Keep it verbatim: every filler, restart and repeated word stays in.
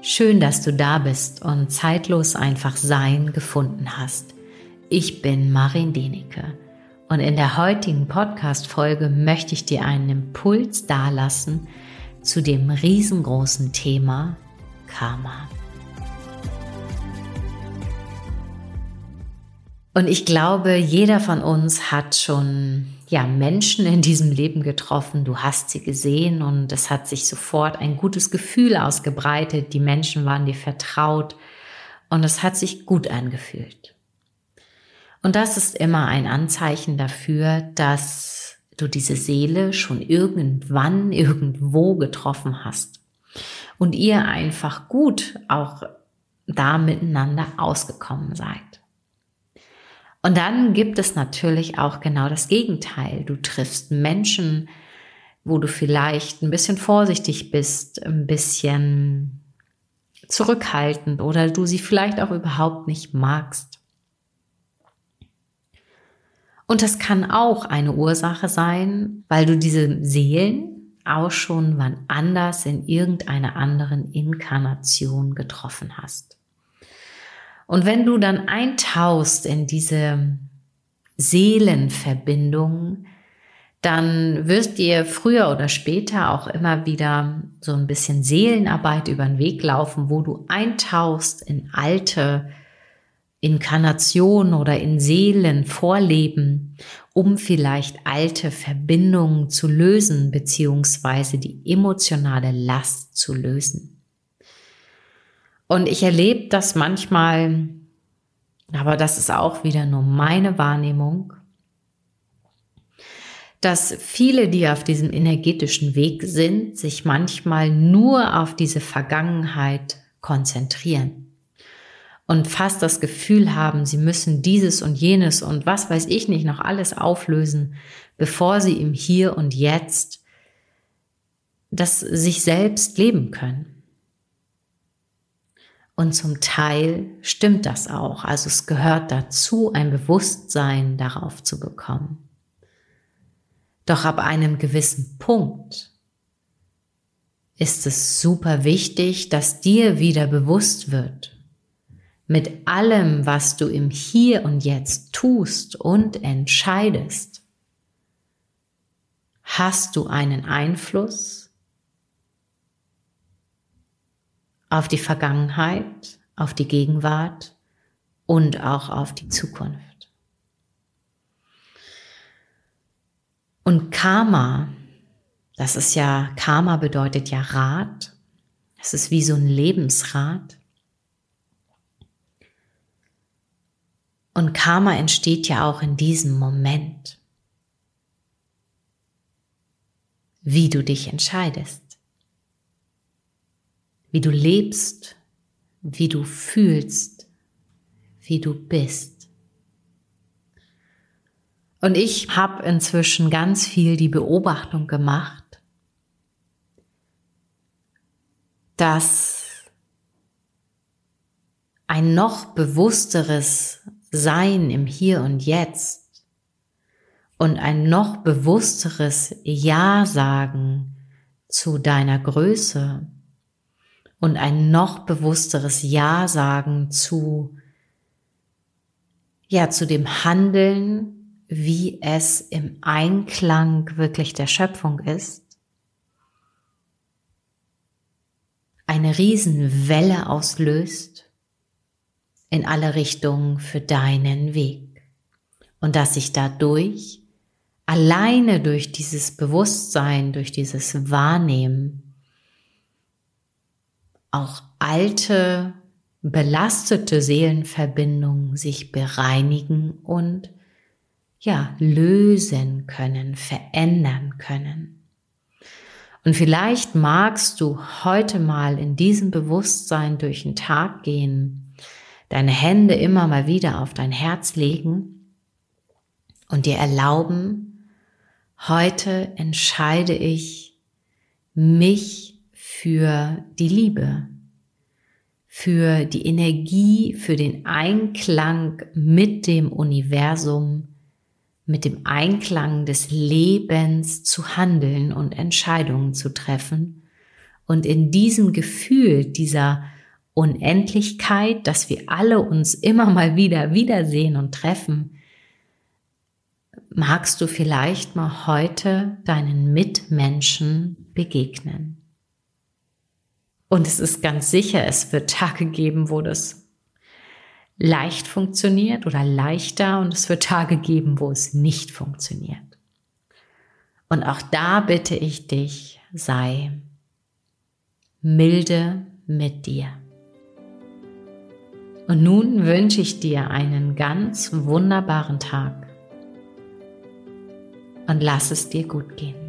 Schön, dass du da bist und zeitlos einfach Sein gefunden hast. Ich bin Marin Denecke und in der heutigen Podcast-Folge möchte ich dir einen Impuls dalassen zu dem riesengroßen Thema Karma. Und ich glaube, jeder von uns hat schon ja, Menschen in diesem Leben getroffen, du hast sie gesehen und es hat sich sofort ein gutes Gefühl ausgebreitet, die Menschen waren dir vertraut und es hat sich gut angefühlt. Und das ist immer ein Anzeichen dafür, dass du diese Seele schon irgendwann, irgendwo getroffen hast und ihr einfach gut auch da miteinander ausgekommen seid. Und dann gibt es natürlich auch genau das Gegenteil. Du triffst Menschen, wo du vielleicht ein bisschen vorsichtig bist, ein bisschen zurückhaltend oder du sie vielleicht auch überhaupt nicht magst. Und das kann auch eine Ursache sein, weil du diese Seelen auch schon wann anders in irgendeiner anderen Inkarnation getroffen hast. Und wenn du dann eintauchst in diese Seelenverbindung, dann wirst dir früher oder später auch immer wieder so ein bisschen Seelenarbeit über den Weg laufen, wo du eintauchst in alte Inkarnationen oder in Seelenvorleben, um vielleicht alte Verbindungen zu lösen, beziehungsweise die emotionale Last zu lösen. Und ich erlebe das manchmal, aber das ist auch wieder nur meine Wahrnehmung, dass viele, die auf diesem energetischen Weg sind, sich manchmal nur auf diese Vergangenheit konzentrieren und fast das Gefühl haben, sie müssen dieses und jenes und was weiß ich nicht noch alles auflösen, bevor sie im Hier und Jetzt das sich selbst leben können. Und zum Teil stimmt das auch. Also es gehört dazu, ein Bewusstsein darauf zu bekommen. Doch ab einem gewissen Punkt ist es super wichtig, dass dir wieder bewusst wird, mit allem, was du im Hier und Jetzt tust und entscheidest, hast du einen Einfluss auf die Vergangenheit, auf die Gegenwart und auch auf die Zukunft. Und Karma, das ist ja, Karma bedeutet ja Rat, es ist wie so ein Lebensrat. Und Karma entsteht ja auch in diesem Moment, wie du dich entscheidest. Wie du lebst, wie du fühlst, wie du bist. Und ich habe inzwischen ganz viel die Beobachtung gemacht, dass ein noch bewussteres Sein im Hier und Jetzt und ein noch bewussteres Ja sagen zu deiner Größe und ein noch bewussteres Ja sagen zu, ja, zu dem Handeln, wie es im Einklang wirklich der Schöpfung ist, eine Riesenwelle auslöst in alle Richtungen für deinen Weg. Und dass sich dadurch, alleine durch dieses Bewusstsein, durch dieses Wahrnehmen, auch alte, belastete Seelenverbindungen sich bereinigen und ja, lösen können, verändern können. Und vielleicht magst du heute mal in diesem Bewusstsein durch den Tag gehen, deine Hände immer mal wieder auf dein Herz legen und dir erlauben, heute entscheide ich mich für die Liebe, für die Energie, für den Einklang mit dem Universum, mit dem Einklang des Lebens zu handeln und Entscheidungen zu treffen und in diesem Gefühl dieser Unendlichkeit, dass wir alle uns immer mal wieder wiedersehen und treffen, magst du vielleicht mal heute deinen Mitmenschen begegnen. Und es ist ganz sicher, es wird Tage geben, wo das leicht funktioniert oder leichter, und es wird Tage geben, wo es nicht funktioniert. Und auch da bitte ich dich, sei milde mit dir. Und nun wünsche ich dir einen ganz wunderbaren Tag und lass es dir gut gehen.